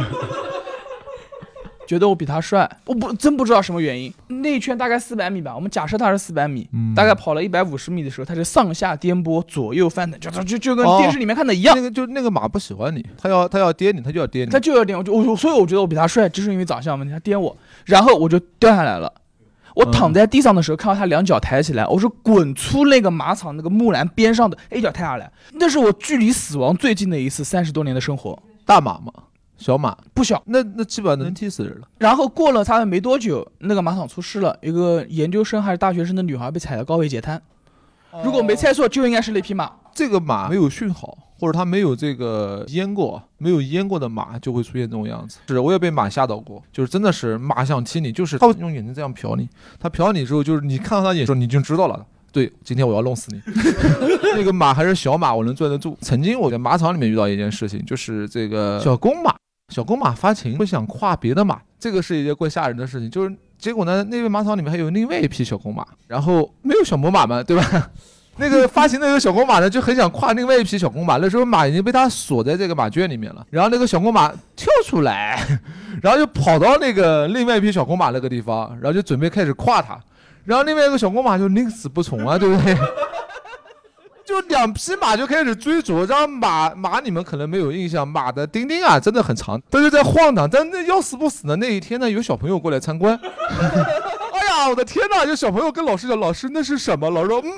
觉得我比他帅，我真不知道什么原因。那一圈大概400米吧，我们假设他是400米，大概跑了150米的时候，他是上下颠簸，左右翻腾，就跟电视里面看的一样。 那个马不喜欢你，他要颠你，他就要颠你， 他就要颠我，所以我觉得我比他帅，就是因为长相问题，他颠我，然后我就掉下来了。我躺在地上的时候，看到他2脚抬起来，我是滚出那个马场那个木栏边上的，一脚抬下来。那是我距离死亡最近的一次30多年的生活。 大马吗？小马不小， 那基本上能踢死人了。 然后过了差不多没多久，那个马场出事了，一个研究生还是大学生的女孩被踩到高位截瘫。如果没猜错，就应该是那匹马。 这个马没有训好，或者它没有这个阉过，没有阉过的马就会出现这种样子。是，我也被马吓到过，就是真的是马想踢你，就是他会用眼睛这样瞟你，他瞟你之后，就是你看到他眼神，你就知道了， 对，今天我要弄死你。那个马还是小马，我能攥得住。曾经我在马场里面遇到一件事情，就是这个小公马发情会想跨别的马，这个是一件怪吓人的事情。就是结果呢，那个马场里面还有另外一匹小公马，然后没有小母马嘛，对吧？那个发情的那个小公马呢，就很想跨另外一匹小公马，那时候马已经被它锁在这个马圈里面了，然后那个小公马跳出来，然后就跑到那个另外一匹小公马那个地方，然后就准备开始跨它，然后另外一个小公马就宁死不从啊，对不对？就两匹马就开始追逐，然后马你们可能没有印象，马的丁丁啊真的很长，它就在晃荡，但那要死不死的那一天呢，有小朋友过来参观。哎呀，我的天哪！有小朋友跟老师讲，老师那是什么？老师说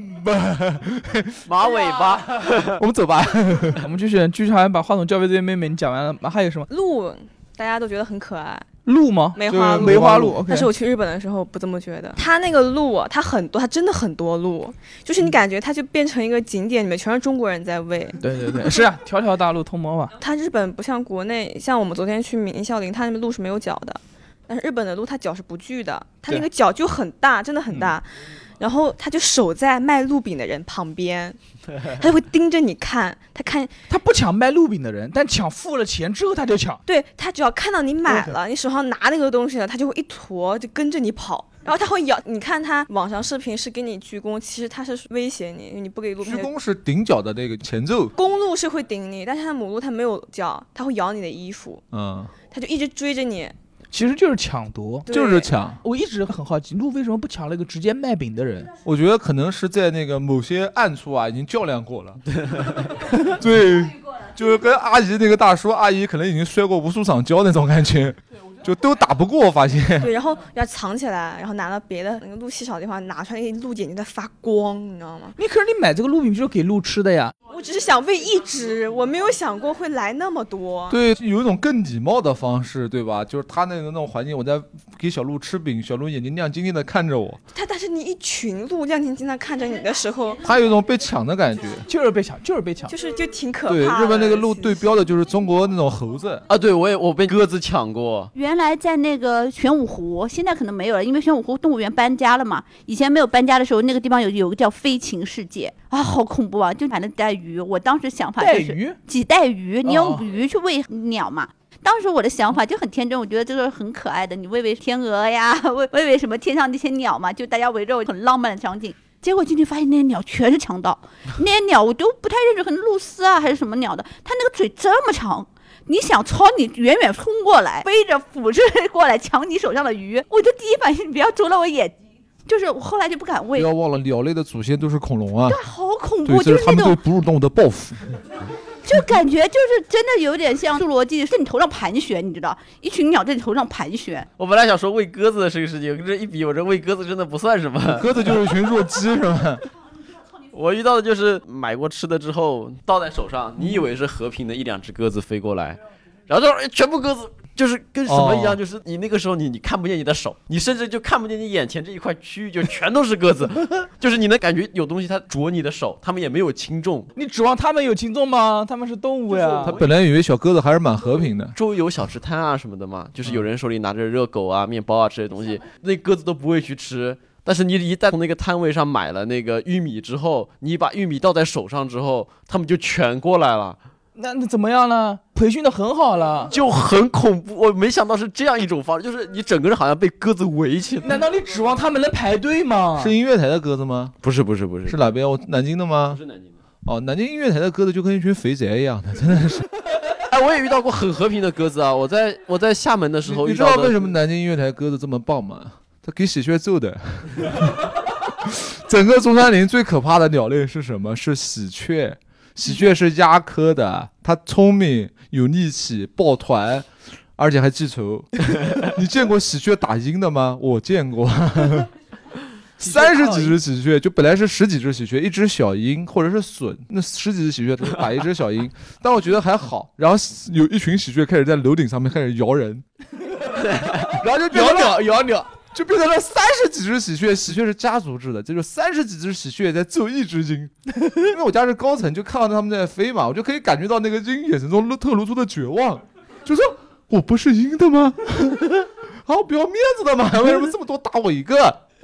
马尾巴。 我们走吧。 我们继续，好像把话筒交给这位妹妹，你讲完了，还有什么？ 鹿大家都觉得很可爱， 鹿吗？ 梅花鹿， 梅花鹿。 但是我去日本的时候不这么觉得，它那个鹿它很多，它真的很多鹿，就是你感觉它就变成一个景点，里面全是中国人在喂。 对，是啊，条条大路通魔法。 它日本不像国内，像我们昨天去明孝陵，它那边鹿是没有角的，但是日本的鹿它脚是不锯的，它那个脚就很大，真的很大。然后他就守在卖鹿饼的人旁边，他就会盯着你看，他不抢卖鹿饼的人，但抢付了钱之后他就抢。 对，他只要看到你买了，你手上拿那个东西了，他就会一坨就跟着你跑，然后他会咬。你看他网上视频是给你鞠躬，其实他是威胁你，你不给鹿鞠躬是顶脚的那个前奏。 公鹿是会顶你，但是他母鹿他没有脚，他会咬你的衣服，他就一直追着你。 其实就是抢夺， 就是抢。 我一直很好奇，鹿为什么不抢那个直接卖饼的人？ 我觉得可能是在那个某些暗处啊，已经较量过了。对，就是跟阿姨那个大叔阿姨可能已经摔过无数场跤那种感觉，就都打不过，发现。 对，然后要藏起来，然后拿到别的那个鹿稀少的地方拿出来，那鹿眼睛在发光，你知道吗？ 可是你买这个鹿饼就是给鹿吃的呀。 我只是想喂一只，我没有想过会来那么多。 对，有一种更礼貌的方式，对吧？就是他那种环境，我在给小鹿吃饼，小鹿眼睛亮晶晶的看着我。 但是你一群鹿亮晶晶的看着你的时候， 他有一种被抢的感觉， 就是被抢，就挺可怕的。 对，日本那个鹿对标的就是中国那种猴子啊。对，我被鸽子抢过。 原来在那个玄武湖，现在可能没有了，因为玄武湖动物园搬家了嘛。以前没有搬家的时候，那个地方有个叫飞禽世界啊，好恐怖啊！就反正带鱼，我当时想法就是几带鱼，你用鱼去喂鸟嘛。当时我的想法就很天真，我觉得这个很可爱的，你喂天鹅呀，喂什么天上那些鸟嘛，就大家围着很浪漫的场景。结果进去发现那些鸟全是强盗，那些鸟我都不太认识，可能鹭鸶啊还是什么鸟的，它那个嘴这么长，你想朝你远远冲过来，飞着俯视过来抢你手上的鱼，我的第一反应你不要啄了我眼睛。就是我后来就不敢喂。 不要忘了，鸟类的祖先都是恐龙啊！ 对，好恐怖， 就是他们对哺乳动物的报复。 就感觉就是真的有点像侏罗纪在你头上盘旋，你知道，一群鸟在你头上盘旋。 我本来想说喂鸽子的这个事情，跟这一比，我这喂鸽子真的不算什么。 鸽子就是一群弱鸡，是吧？ 我遇到的就是买过吃的之后倒在手上，你以为是和平的一两只鸽子飞过来，然后全部鸽子。就是跟什么一样，就是你那个时候你看不见你的手，你甚至就看不见你眼前这一块区域，就全都是鸽子，就是你能感觉有东西它啄你的手，他们也没有轻重。 你指望他们有轻重吗？他们是动物呀。 他本来以为小鸽子还是蛮和平的， 周围有小吃摊啊什么的嘛，就是有人手里拿着热狗啊、面包啊这些东西，那鸽子都不会去吃。但是你一旦从那个摊位上买了那个玉米之后，你把玉米倒在手上之后，他们就全过来了。 那怎么样呢？培训的很好了， 就很恐怖。我没想到是这样一种方式，就是你整个人好像被鸽子围起来。 难道你指望他们能排队吗？ 是音乐台的鸽子吗？ 不是， 是哪边？南京的吗？ 不是南京的。 哦，南京音乐台的鸽子就跟一群肥宅一样的，真的是。 哎，我也遇到过很和平的鸽子啊！我在厦门的时候你知道为什么南京音乐台鸽子这么棒吗？它给喜鹊揍的。整个中山陵最可怕的鸟类是什么？是喜鹊。喜鹊是鸦科的，它聪明、有力气、抱团，而且还记仇。你见过喜鹊打鹰的吗？我见过。30几只喜鹊，就本来是10几只喜鹊，一只小鹰或者是隼，那10几只喜鹊打一只小鹰，但我觉得还好。然后有一群喜鹊开始在楼顶上面开始摇人，然后就摇鸟。 就变成了30几只喜鹊，喜鹊是家族制的，就是30几只喜鹊在揍一只鹰。因为我家是高层，就看到他们在飞嘛，我就可以感觉到那个鹰眼神中透露出的绝望，就说我不是鹰的吗？好不要面子的吗？为什么这么多打我一个？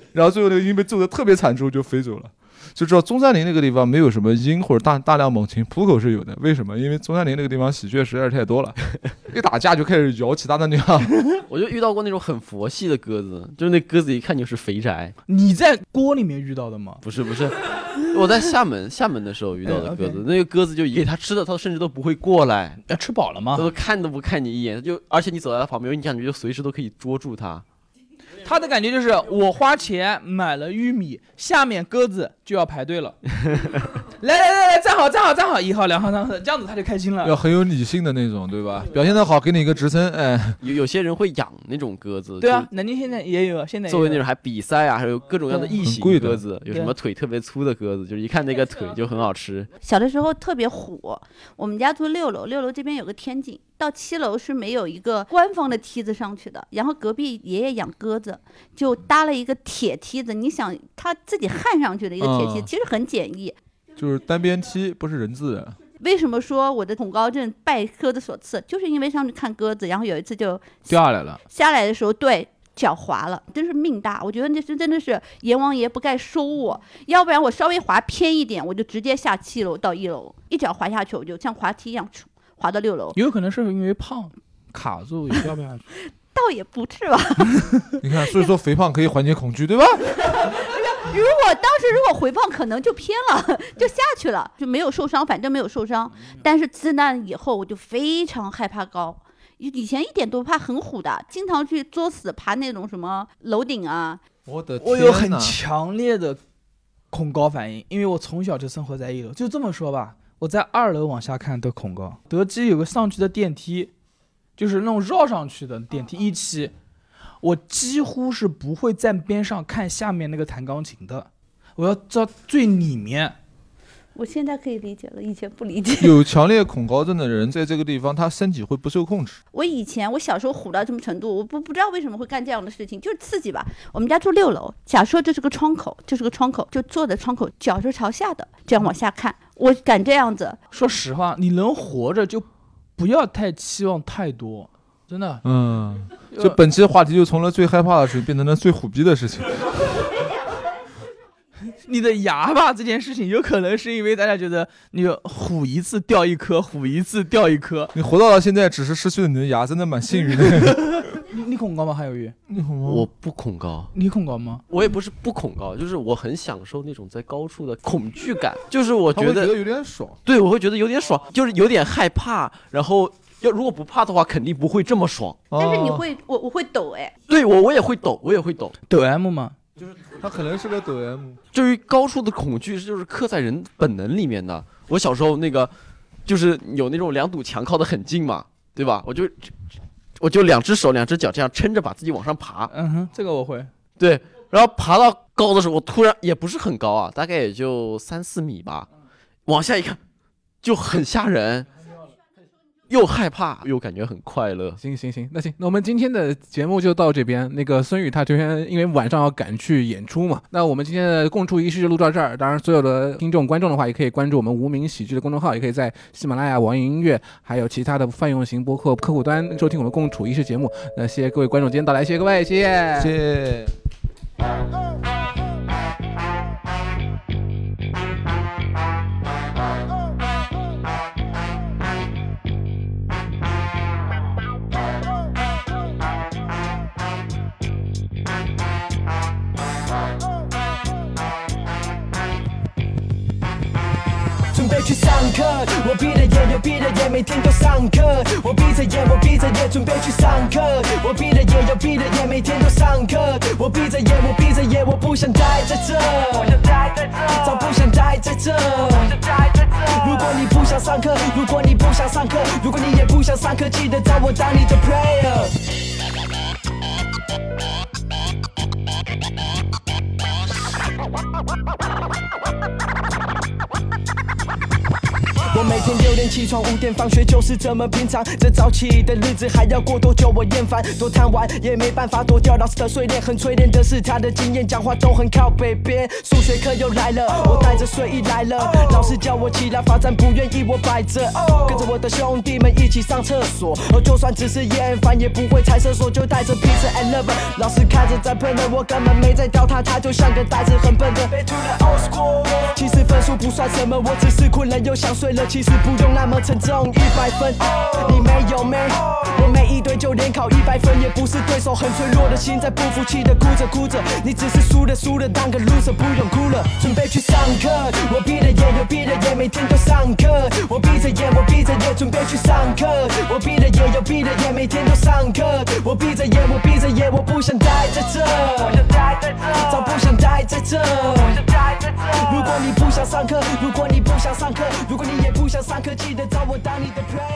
然后最后那个鹰被揍得特别惨之后就飞走了。就知道中山陵那个地方没有什么鹰或者大量猛禽，浦口是有的。为什么？因为中山陵那个地方喜鹊实在是太多了，一打架就开始咬其他的鸟。 我就遇到过那种很佛系的鸽子，就是那鸽子一看就是肥宅。 你在锅里面遇到的吗？ 不是，我在厦门的时候遇到的鸽子，那个鸽子就给它吃的，它甚至都不会过来。 要吃饱了吗？ 它都看都不看你一眼，而且你走在它旁边，你感觉就随时都可以捉住它。 他的感觉就是我花钱买了玉米，下面鸽子就要排队了。来，站好，1号、2号、3号，这样子他就开心了。 要很有理性的那种，对吧？表现得好，给你一个职称。哎， 有些人会养那种鸽子。 对啊，南京现在也有，作为那种还比赛啊，还有各种各样的异形鸽子，有什么腿特别粗的鸽子，就是一看那个腿就很好吃。 小的时候特别虎，我们家住6楼，6楼这边有个天井，到7楼是没有一个官方的梯子上去的。然后隔壁爷爷养鸽子，就搭了一个铁梯子，你想他自己焊上去的一个铁梯子，其实很简易。 就是单边梯，不是人字的。 为什么说我的恐高症拜鸽子所赐？就是因为上去看鸽子，然后有一次就掉下来了。 下来的时候，对，脚滑了，真是命大。我觉得那是真的是阎王爷不该收我，要不然我稍微滑偏一点，我就直接下7楼到1楼，一脚滑下去，我就像滑梯一样滑到6楼。 有可能是因为胖卡住也掉不下去。 倒也不是吧。 你看，所以说肥胖可以缓解恐惧，对吧？ 当时如果回胖，可能就偏了，就下去了，就没有受伤，反正没有受伤。但是自那以后，我就非常害怕高。以前一点都不怕，很虎的，经常去作死爬那种什么楼顶啊。 我的天哪， 我有很强烈的恐高反应，因为我从小就生活在1楼。就这么说吧，我在2楼往下看都恐高。德基有个上去的电梯，就是那种绕上去的电梯1期。我几乎是不会站边上看下面那个弹钢琴的，我要到最里面。 我现在可以理解了，以前不理解。 有强烈恐高症的人在这个地方，他身体会不受控制。 我小时候虎到什么程度，我不知道为什么会干这样的事情，就是刺激吧。我们家住6楼，假设这是个窗口，就坐在窗口，脚是朝下的，这样往下看，我敢这样子。 说实话，你能活着就不要太期望太多。真的， 就本期话题就从了最害怕的事情变成了最虎逼的事情。 你的牙吧这件事情，有可能是因为大家觉得你虎一次掉一颗，虎一次掉一颗。 你活到了现在，只是失去了你的牙，真的蛮幸运的。 你恐高吗？韩有余？ 你恐高？ 我不恐高。 你恐高吗？ 我也不是不恐高，就是我很享受那种在高处的恐惧感，就是我觉得有点爽。 对，我会觉得有点爽，就是有点害怕，然后。如果不怕的话，肯定不会这么爽。 但是你会，我会抖哎。 对，我也会抖， 抖 M 吗？ 就是他可能是个抖 M。 对于高处的恐惧，就是刻在人本能里面的。我小时候那个，就是有那种2堵墙靠得很近嘛，对吧？我就2只手2只脚这样撑着把自己往上爬。 这个我会。 对，然后爬到高的时候，我突然也不是很高啊，大概也就3-4米吧，往下一看，就很吓人。又害怕又感觉很快乐。 行，那我们今天的节目就到这边。那个孙宇他这边因为晚上要赶去演出嘛，那我们今天的共处一室就录到这儿。当然，所有的听众观众的话，也可以关注我们无名喜剧的公众号，也可以在喜马拉雅、网易音乐还有其他的泛用型播客客户端收听我们共处一室节目。那谢谢各位观众今天到来，谢谢各位，谢谢， 谢谢。 去上课，我闭着眼又闭着眼，每天都上课。我闭着眼，我闭着眼，准备去上课。我闭着眼又闭着眼，每天都上课。我闭着眼，我闭着眼，我不想待在这，早不想待在这。如果你不想上课，如果你不想上课，如果你也不想上课，记得找我当你的 player。我我每天6点起床，5点放学就是这么平常。这早起的日子还要过多久我厌烦，多贪玩也没办法躲掉老师的碎念。很锤炼的是他的经验，讲话都很靠北边。数学课又来了，我带着睡意来了，老师叫我起来罚站，不愿意我摆着，跟着我的兄弟们一起上厕所。就算只是厌烦也不会踩厕所，就带着 Peace and Love。老师开着在喷的，我根本没在屌他，他就像个呆子很笨的。其实分数不算什么，我只是困了又想睡了，其实不用那么沉重。100分，你没有没？我没一堆就连考100分也不是对手，很脆弱的心在不服气的哭着哭着，你只是输了当个 loser， 不用哭了，准备去上课。我闭着眼又闭着眼，每天都上课。我闭着眼准备去上课。我闭着眼又闭着眼，每天都上课。我闭着眼，我不想待在这，早不想待在这。如果你不想上课，如果你也不想上课，记得找我当你的 play。